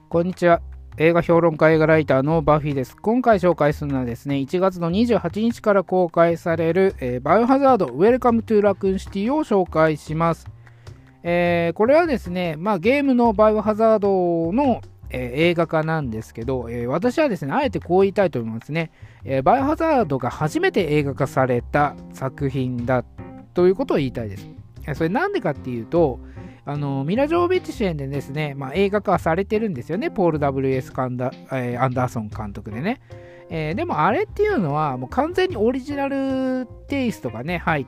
こんにちは。映画評論家、映画ライターのバフィーです。今回紹介するのはですね、1月の28日から公開される、バイオハザードウェルカムトゥラクーンシティを紹介します。これはですね、ゲームのバイオハザードの、映画化なんですけど、私はですね、あえてこう言いたいと思いますね。バイオハザードが初めて映画化された作品だということを言いたいです。それなんでかっていうと、ミラ・ジョービッチ主演でですね、映画化されてるんですよね。ポール W.S. アンダーソン監督でね。でもあれっていうのはもう完全にオリジナルテイストがね入って、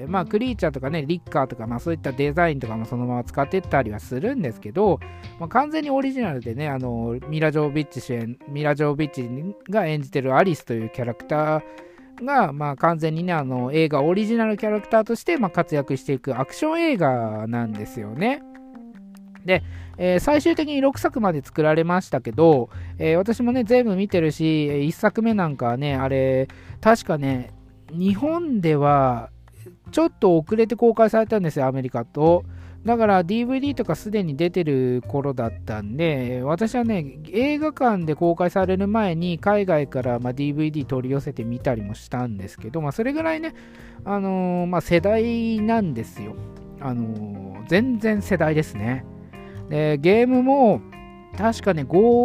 クリーチャーとかねリッカーとか、そういったデザインとかもそのまま使ってったりはするんですけど、完全にオリジナルでねミラ・ジョービッチ主演ミラ・ジョービッチが演じてるアリスというキャラクターが、完全にね映画オリジナルキャラクターとして、活躍していくアクション映画なんですよね。で、最終的に6作まで作られましたけど、私もね全部見てるし、1作目なんかはねあれ確かね日本ではちょっと遅れて公開されたんですよ、アメリカと。だから DVD とかすでに出てる頃だったんで、私はね映画館で公開される前に海外から、DVD 取り寄せてみたりもしたんですけど、それぐらいね世代なんですよ。全然世代ですね。でゲームも確かね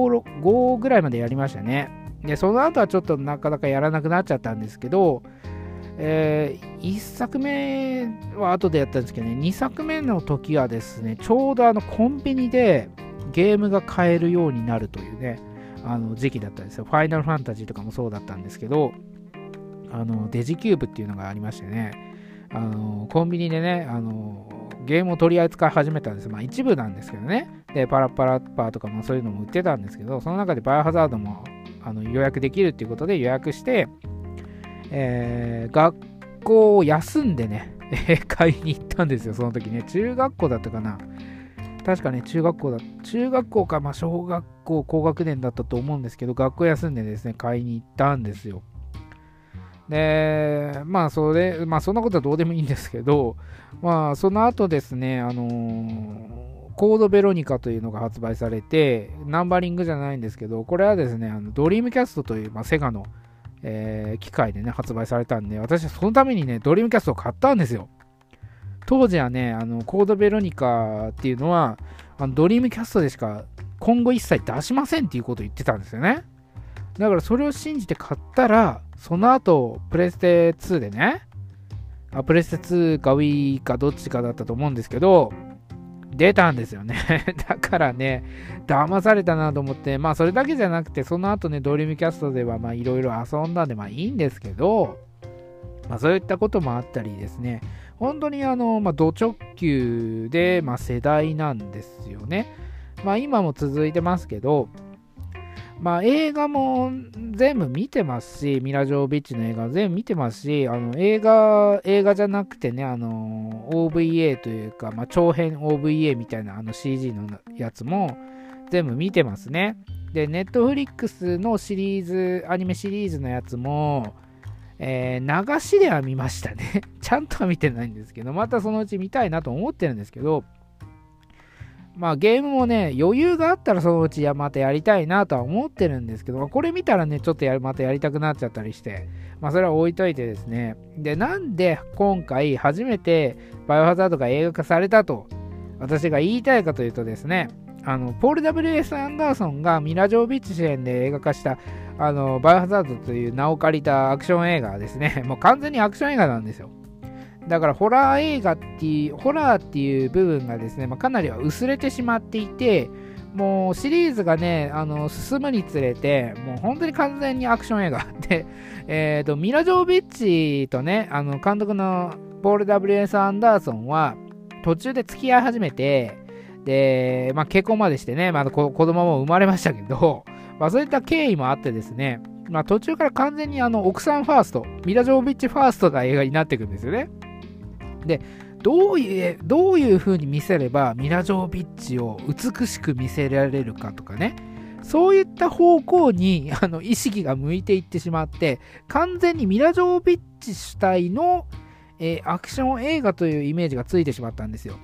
5ぐらいまでやりましたね。でその後はちょっとなかなかやらなくなっちゃったんですけど、1作目は後でやったんですけどね、2作目の時はですね、ちょうどコンビニでゲームが買えるようになるというね時期だったんですよ。ファイナルファンタジーとかもそうだったんですけど、デジキューブっていうのがありましてね、コンビニでねゲームを取り扱い始めたんです。一部なんですけどね。で、パラッパラッパーとかそういうのも売ってたんですけど、その中でバイオハザードも予約できるっていうことで予約して、学校を休んでね、買いに行ったんですよ、その時ね。中学校だったかな。確かね、中学校か、小学校高学年だったと思うんですけど、学校休んでですね、買いに行ったんですよ。で、そんなことはどうでもいいんですけど、その後ですね、コードベロニカというのが発売されて、ナンバリングじゃないんですけど、これはですね、ドリームキャストという、セガの、機械でね、発売されたんで、私はそのためにね、ドリームキャストを買ったんですよ。当時はね、コードベロニカっていうのは、ドリームキャストでしか今後一切出しませんっていうことを言ってたんですよね。だからそれを信じて買ったら、その後、プレステ2でね、プレステ2か Wii かどっちかだったと思うんですけど、出たんですよね。だからね、騙されたなと思って、それだけじゃなくて、その後ね、ドリームキャストではいろいろ遊んだんで、いいんですけど、そういったこともあったりですね、本当にド直球で、世代なんですよね。今も続いてますけど、映画も全部見てますし、ミラ・ジョービッチの映画全部見てますし、映画じゃなくてね、OVA というか、長編 OVA みたいなCG のやつも全部見てますね。で、ネットフリックスのアニメシリーズのやつも、流しでは見ましたね。ちゃんとは見てないんですけど、またそのうち見たいなと思ってるんですけど、ゲームもね、余裕があったらそのうちまたやりたいなとは思ってるんですけど、これ見たらね、ちょっとまたやりたくなっちゃったりして、それは置いといてですね。で、なんで今回初めてバイオハザードが映画化されたと私が言いたいかというとですね、ポール W.S. アンダーソンがミラ・ジョービッチ主演で映画化したバイオハザードという名を借りたアクション映画はですね、もう完全にアクション映画なんですよ。だからホラーっていう部分がですね、かなりは薄れてしまっていて、もうシリーズがね、進むにつれて、もう本当に完全にアクション映画で、ミラ・ジョービッチとね、監督のポール W.S. アンダーソンは途中で付き合い始めて、で、結婚までしてね、子供も生まれましたけど、そういった経緯もあってですね、途中から完全に奥さんファースト、ミラ・ジョービッチファーストな映画になっていくんですよね。で、どういう風に見せればミラ・ジョービッチを美しく見せられるかとかね、そういった方向に意識が向いていってしまって、完全にミラ・ジョービッチ主体の、アクション映画というイメージがついてしまったんですよ。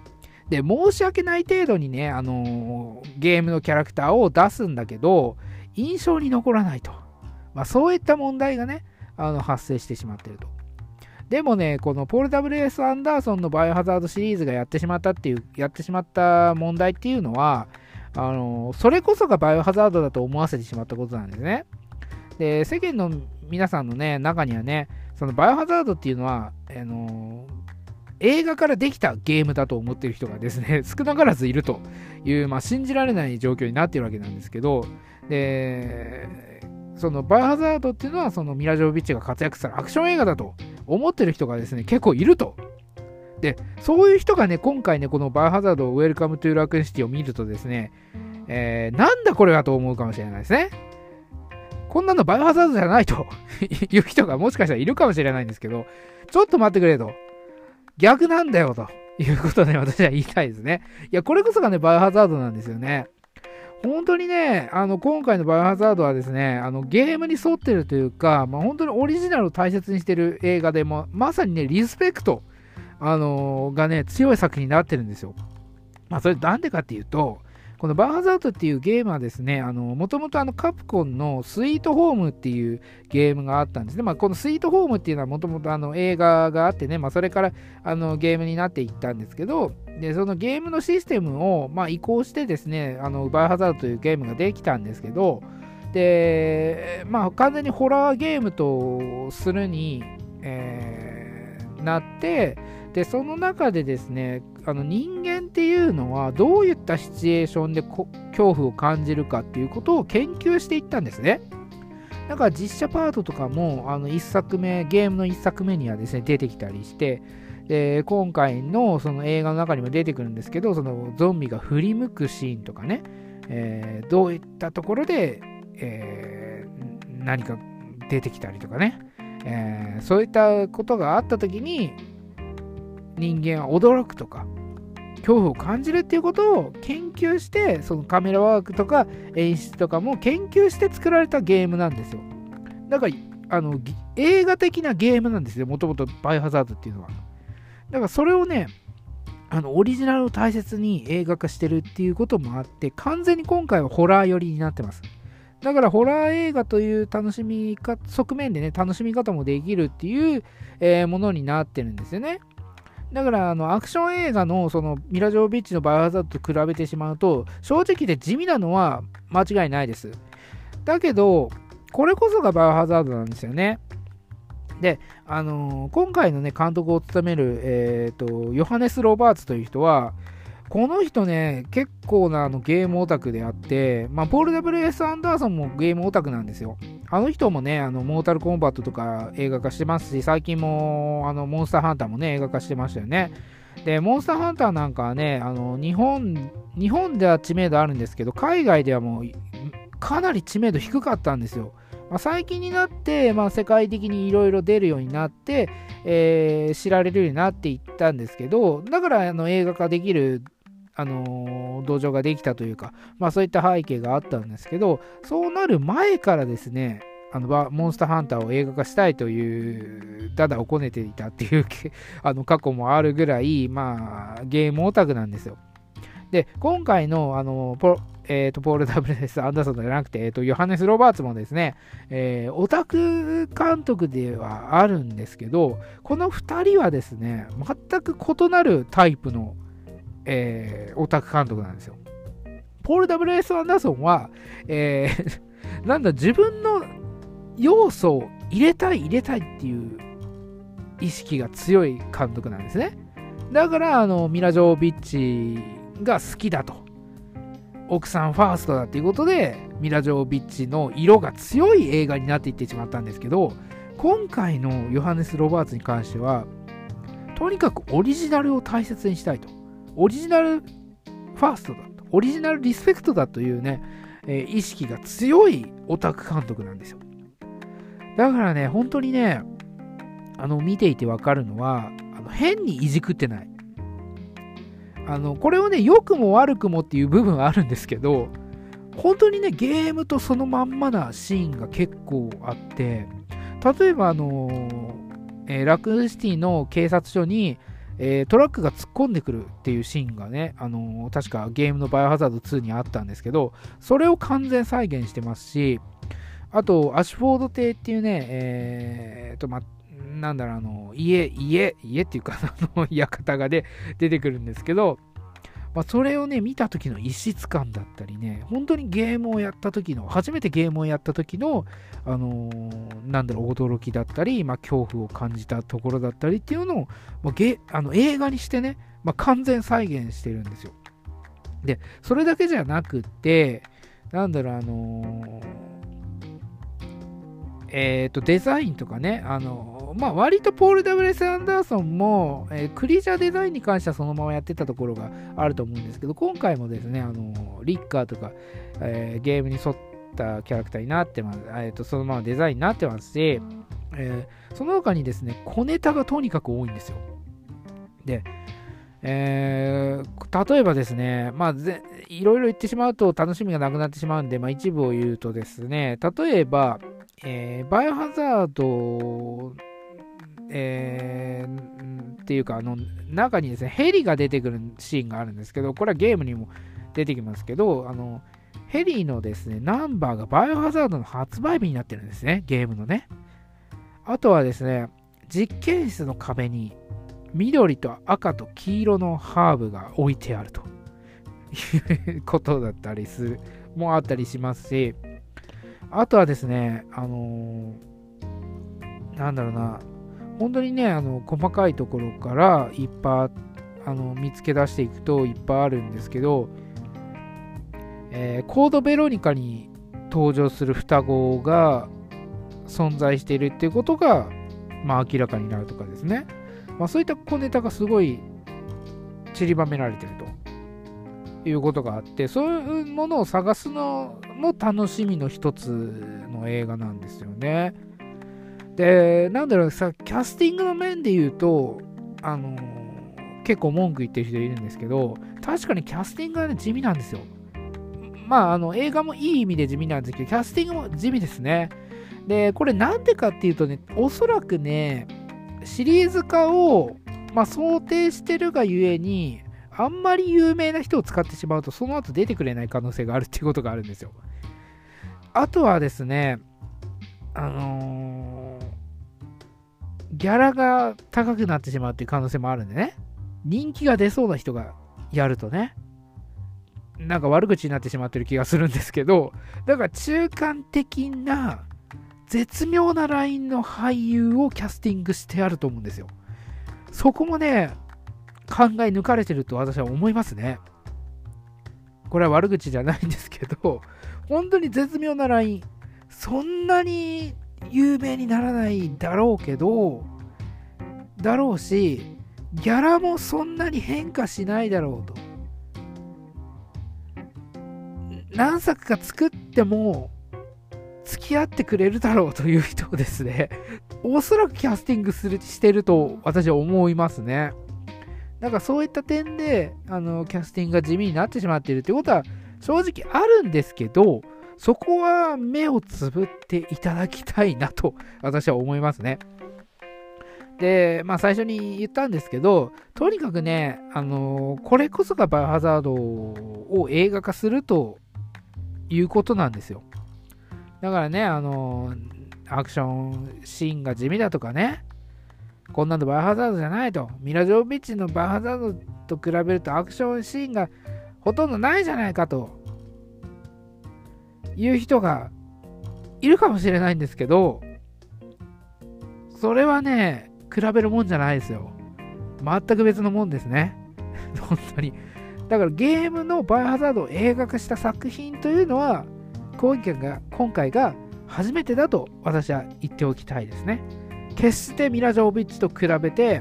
で、申し訳ない程度にね、ゲームのキャラクターを出すんだけど、印象に残らないと。そういった問題がね、発生してしまっていると。でもね、このポール W.S. アンダーソンのバイオハザードシリーズがやってしまった問題っていうのは、それこそがバイオハザードだと思わせてしまったことなんですね。で、世間の皆さんのね、中にはね、そのバイオハザードっていうのは、映画からできたゲームだと思っている人がですね、少なからずいるという、信じられない状況になっているわけなんですけど、で、そのバイオハザードっていうのは、そのミラ・ジョービッチが活躍するアクション映画だと思ってる人がですね、結構いると。で、そういう人がね、今回ね、このバイオハザードウェルカムトゥラクーンシティを見るとですね、なんだこれはと思うかもしれないですね。こんなのバイオハザードじゃないという人がもしかしたらいるかもしれないんですけど、ちょっと待ってくれと。逆なんだよということで私は言いたいですね。いや、これこそがね、バイオハザードなんですよね。本当にね、今回のバイオハザードはですね、ゲームに沿ってるというか、本当にオリジナルを大切にしてる映画でも、まさにね、リスペクト、がね、強い作品になってるんですよ。それなんでかっていうと、このバイオハザードっていうゲームはですね、もともとカプコンのスイートホームっていうゲームがあったんですね。このスイートホームっていうのはもともと映画があってね、それからゲームになっていったんですけど、で、そのゲームのシステムを移行してですね、バイオハザードというゲームができたんですけど、で、完全にホラーゲームとするに、なって、で、その中でですね、人間っていうのはどういったシチュエーションで恐怖を感じるかっていうことを研究していったんですね。だから実写パートとかも1作目、ゲームの1作目にはですね、出てきたりして、で、今回のその映画の中にも出てくるんですけど、そのゾンビが振り向くシーンとかね、どういったところで、何か出てきたりとかね、そういったことがあったときに人間は驚くとか恐怖を感じるっていうことを研究して、そのカメラワークとか演出とかも研究して作られたゲームなんですよ。だから映画的なゲームなんですよ、もともとバイオハザードっていうのは。だからそれをね、オリジナルを大切に映画化してるっていうこともあって、完全に今回はホラー寄りになってます。だからホラー映画という楽しみ方、側面でね、楽しみ方もできるっていう、ものになってるんですよね。だからアクション映画のそのミラ・ジョービッチのバイオハザードと比べてしまうと、正直で地味なのは間違いないです。だけど、これこそがバイオハザードなんですよね。で、今回のね、監督を務める、ヨハネス・ロバーツという人は、この人ね、結構なゲームオタクであって、ポール W.S. アンダーソンもゲームオタクなんですよ。あの人もね、モータルコンバットとか映画化してますし、最近もモンスターハンターもね、映画化してましたよね。で、モンスターハンターなんかはね、日本では知名度あるんですけど、海外ではもうかなり知名度低かったんですよ。最近になって、世界的にいろいろ出るようになって、知られるようになっていったんですけど、だから映画化できる道場ができたというか、そういった背景があったんですけど、そうなる前からですね、モンスターハンターを映画化したいというダダをこねていたっていう過去もあるぐらい、ゲームオタクなんですよ。で、今回のポール W.S. アンダーソンじゃなくて、ヨハネス・ロバーツもですね、オタク監督ではあるんですけど、この2人はですね、全く異なるタイプのオタク監督なんですよ。ポール W.S. アンダーソンは、自分の要素を入れたいっていう意識が強い監督なんですね。だからミラ・ジョービッチが好きだと、奥さんファーストだっていうことでミラ・ジョービッチの色が強い映画になっていってしまったんですけど、今回のヨハネス・ロバーツに関してはとにかくオリジナルを大切にしたいと、オリジナルファーストだと、オリジナルリスペクトだというね、意識が強いオタク監督なんですよ。だからね、本当にね、見ていてわかるのは、変にいじくってない。これをね、良くも悪くもっていう部分はあるんですけど、本当にね、ゲームとそのまんまなシーンが結構あって、例えばラクーンシティの警察署に、 トラックが突っ込んでくるっていうシーンがね、確かゲームのバイオハザード2にあったんですけど、それを完全再現してますし、あと、アシュフォード邸っていうね、なんだろう、家っていうか、館が出てくるんですけど、それをね、見た時の異質感だったりね、本当にゲームをやった時の、初めてゲームをやった時の、驚きだったり、恐怖を感じたところだったりっていうのを、映画にしてね、完全再現してるんですよ。で、それだけじゃなくって、デザインとかね、割とポール・W.S. アンダーソンも、クリーチャーデザインに関してはそのままやってたところがあると思うんですけど、今回もですね、リッカーとか、ゲームに沿ったキャラクターになってます、そのままデザインになってますし、その他にですね、小ネタがとにかく多いんですよ。で、例えばですね、いろいろ言ってしまうと楽しみがなくなってしまうんで、一部を言うとですね、例えば、バイオハザード、っていうか、中にですね、ヘリが出てくるシーンがあるんですけど、これはゲームにも出てきますけど、ヘリのですね、ナンバーがバイオハザードの発売日になってるんですね、ゲームのね。あとはですね、実験室の壁に緑と赤と黄色のハーブが置いてあるということだったりもあったりしますし、あとはですね、本当にね、細かいところからいっぱい見つけ出していくといっぱいあるんですけど、コードベロニカに登場する双子が存在しているっていうことが、明らかになるとかですね。そういった小ネタがすごい散りばめられてるということがあって、そういうものを探すのも楽しみの一つの映画なんですよね。で、キャスティングの面で言うと、結構文句言ってる人いるんですけど、確かにキャスティングが、ね、地味なんですよ。映画もいい意味で地味なんですけど、キャスティングも地味ですね。で、これなんでかっていうとね、おそらくね、シリーズ化を、想定してるがゆえに、あんまり有名な人を使ってしまうと、その後出てくれない可能性があるっていうことがあるんですよ。あとはですね、ギャラが高くなってしまうっていう可能性もあるんでね。人気が出そうな人がやるとね、悪口になってしまってる気がするんですけど、だから中間的な絶妙なラインの俳優をキャスティングしてあると思うんですよ。そこもね、考え抜かれてると私は思いますね。これは悪口じゃないんですけど、本当に絶妙なライン、そんなに有名にならないだろうし、ギャラもそんなに変化しないだろうと。何作か作っても付き合ってくれるだろうという人をですね、おそらくキャスティングしてると私は思いますね。そういった点でキャスティングが地味になってしまっているということは正直あるんですけど、そこは目をつぶっていただきたいなと私は思いますね。で、最初に言ったんですけど、とにかくね、これこそがバイオハザードを映画化するということなんですよ。だからね、アクションシーンが地味だとかね、こんなのバイオハザードじゃないと、ミラ・ジョービッチのバイオハザードと比べるとアクションシーンがほとんどないじゃないかという人がいるかもしれないんですけど、それはね、比べるもんじゃないですよ。全く別のもんですね。本当に。だからゲームのバイオハザードを映画化した作品というのは、今回が初めてだと私は言っておきたいですね。決してミラ・ジョービッチと比べて、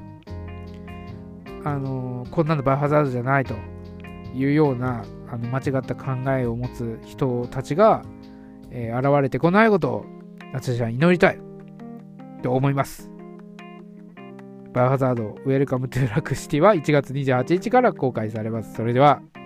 こんなのバイオハザードじゃないというような間違った考えを持つ人たちが、現れてこないことを私は祈りたいと思います。バイオハザードウェルカムトゥラクシティは1月28日から公開されます。それでは。